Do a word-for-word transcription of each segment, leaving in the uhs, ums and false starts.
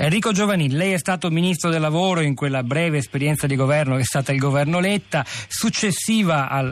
Enrico Giovannini, lei è stato ministro del lavoro in quella breve esperienza di governo che è stata il governo Letta, successiva al,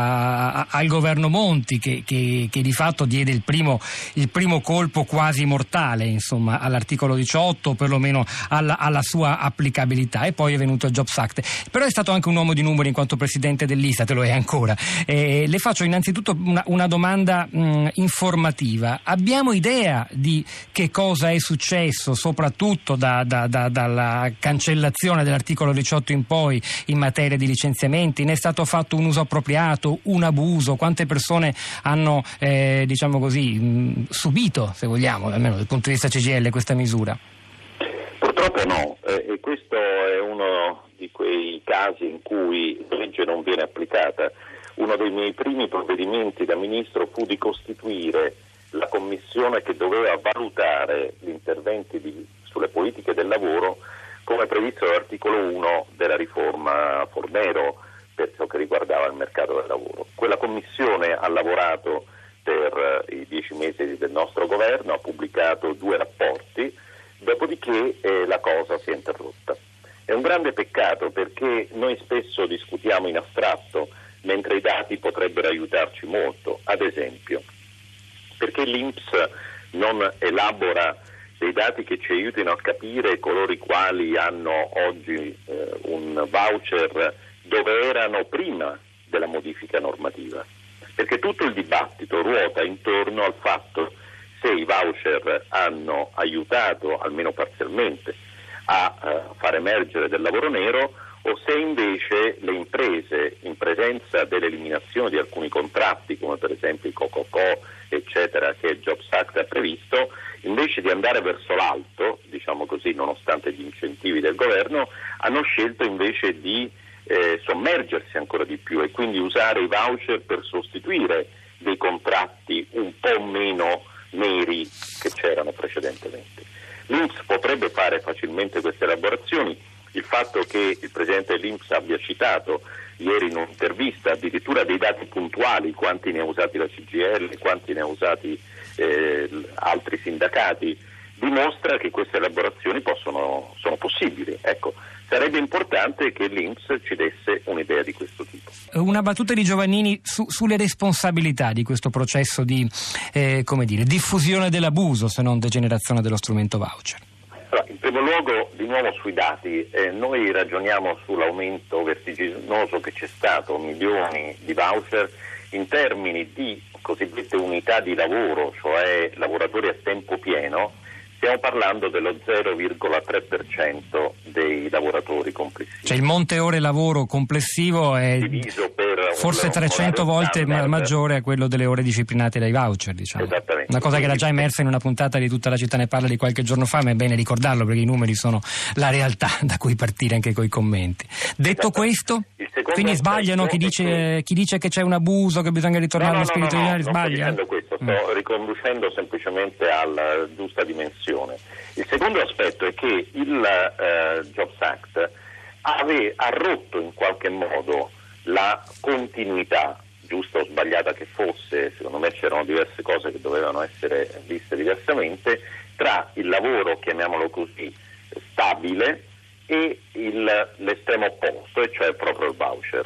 a, a, al governo Monti, che, che, che di fatto diede il primo, il primo colpo quasi mortale, insomma, all'articolo diciotto, o perlomeno alla, alla sua applicabilità, e poi è venuto il Jobs Act. Però è stato anche un uomo di numeri in quanto presidente dell'Istat, lo è ancora. Eh, le faccio innanzitutto una, una domanda mh, informativa. Abbiamo idea di che cosa è successo, soprattutto da, da, da, dalla cancellazione dell'articolo diciotto in poi in materia di licenziamenti? Ne è stato fatto un uso appropriato, un abuso? Quante persone hanno eh, diciamo così mh, subito, se vogliamo, almeno dal punto di vista C G I L, questa misura? Purtroppo no, eh, e questo è uno di quei casi in cui la legge non viene applicata. Uno dei miei primi provvedimenti da ministro fu di costituire la commissione che doveva valutare gli interventi di, sulle politiche del lavoro, come previsto dall'articolo uno della riforma Fornero per ciò che riguardava il mercato del lavoro. Quella commissione ha lavorato per i dieci mesi del nostro governo, ha pubblicato due rapporti, dopodiché eh, la cosa si è interrotta. È un grande peccato, perché noi spesso discutiamo in astratto mentre i dati potrebbero aiutarci molto. Ad esempio, perché l'I N P S non elabora dei dati che ci aiutino a capire coloro i quali hanno oggi eh, un voucher dove erano prima della modifica normativa? Perché tutto il dibattito ruota intorno al fatto se i voucher hanno aiutato, almeno parzialmente, a uh, far emergere del lavoro nero, o se invece le imprese, in presenza dell'eliminazione di alcuni contratti, come per esempio i Co-Co-Co, eccetera, che il Jobs Act ha previsto, invece di andare verso l'alto, diciamo così, nonostante gli incentivi del governo, hanno scelto invece di eh, sommergersi ancora di più e quindi usare i voucher per sostituire dei contratti un po' meno neri che c'erano precedentemente. L'I N P S potrebbe fare facilmente queste elaborazioni. Il fatto che il presidente dell'I N P S abbia citato ieri in un'intervista addirittura dei dati puntuali, quanti ne ha usati la C G I L, quanti ne ha usati eh, altri sindacati, dimostra che queste elaborazioni possono, sono possibili. Ecco, sarebbe importante che l'I N P S ci desse un'idea di questo tipo. Una battuta di Giovannini su, sulle responsabilità di questo processo di eh, come dire, diffusione dell'abuso, se non degenerazione dello strumento voucher. Allora, in primo luogo, di nuovo sui dati, eh, noi ragioniamo sull'aumento vertiginoso che c'è stato, milioni di voucher, in termini di cosiddette unità di lavoro, cioè lavoratori a tempo pieno. Stiamo parlando dello zero virgola tre per cento dei lavoratori complessivi. Cioè il monte ore lavoro complessivo è diviso per forse trecento volte ma- maggiore a quello delle ore disciplinate dai voucher, diciamo. Esattamente. Una cosa che era già emersa in una puntata di Tutta la città ne parla di qualche giorno fa, ma è bene ricordarlo perché i numeri sono la realtà da cui partire anche coi commenti. Detto questo, quindi sbagliano chi dice, che... chi dice che c'è un abuso, che bisogna ritornare no, no, allo spirito no, no, di no, sbaglia? Non sto dicendo questo, sto mm. riconducendo semplicemente alla giusta dimensione. Il secondo aspetto è che il eh, Jobs Act ave, ha rotto in qualche modo la continuità, giusta o sbagliata che fosse, secondo me c'erano diverse cose che dovevano essere viste diversamente, tra il lavoro, chiamiamolo così, stabile e il, l'estremo opposto, e cioè proprio il voucher.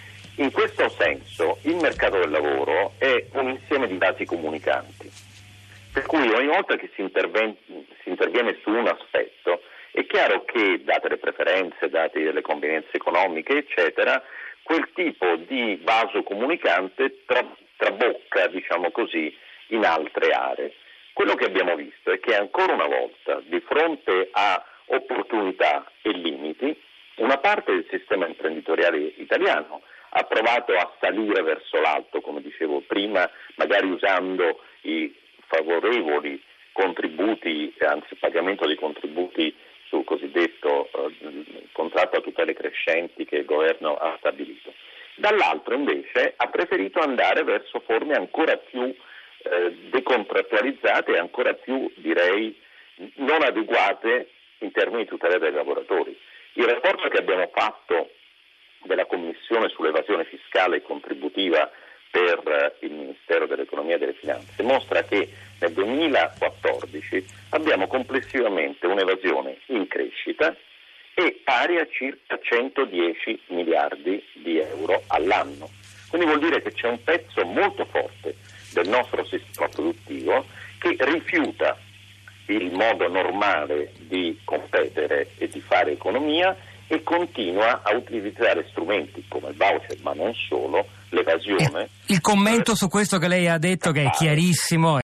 In questo senso il mercato del lavoro è un insieme di dati comunicanti, per cui ogni volta che si, interven- si interviene su un aspetto è chiaro che, date le preferenze, date le convenienze economiche, eccetera, quel tipo di vaso comunicante tra- trabocca, diciamo così, in altre aree. Quello che abbiamo visto è che ancora una volta, di fronte a opportunità e limiti, una parte del sistema imprenditoriale italiano ha provato a salire verso l'alto, come dicevo prima, magari usando i favorevoli contributi, anzi pagamento dei contributi sul cosiddetto eh, contratto a tutele crescenti che il governo ha stabilito. Dall'altro invece ha preferito andare verso forme ancora più eh, decontrattualizzate e ancora più, direi, non adeguate in termini di tutela dei lavoratori. Il rapporto che abbiamo fatto della Commissione sull'evasione fiscale e contributiva per il Ministero dell'Economia e delle Finanze mostra che nel duemilaquattordici abbiamo complessivamente un'evasione in crescita e pari a circa centodieci miliardi di euro all'anno. Quindi vuol dire che c'è un pezzo molto forte del nostro sistema produttivo che rifiuta il modo normale di competere e di fare economia e continua a utilizzare strumenti come il voucher, ma non solo, l'evasione. Il commento su questo che lei ha detto, che è chiarissimo.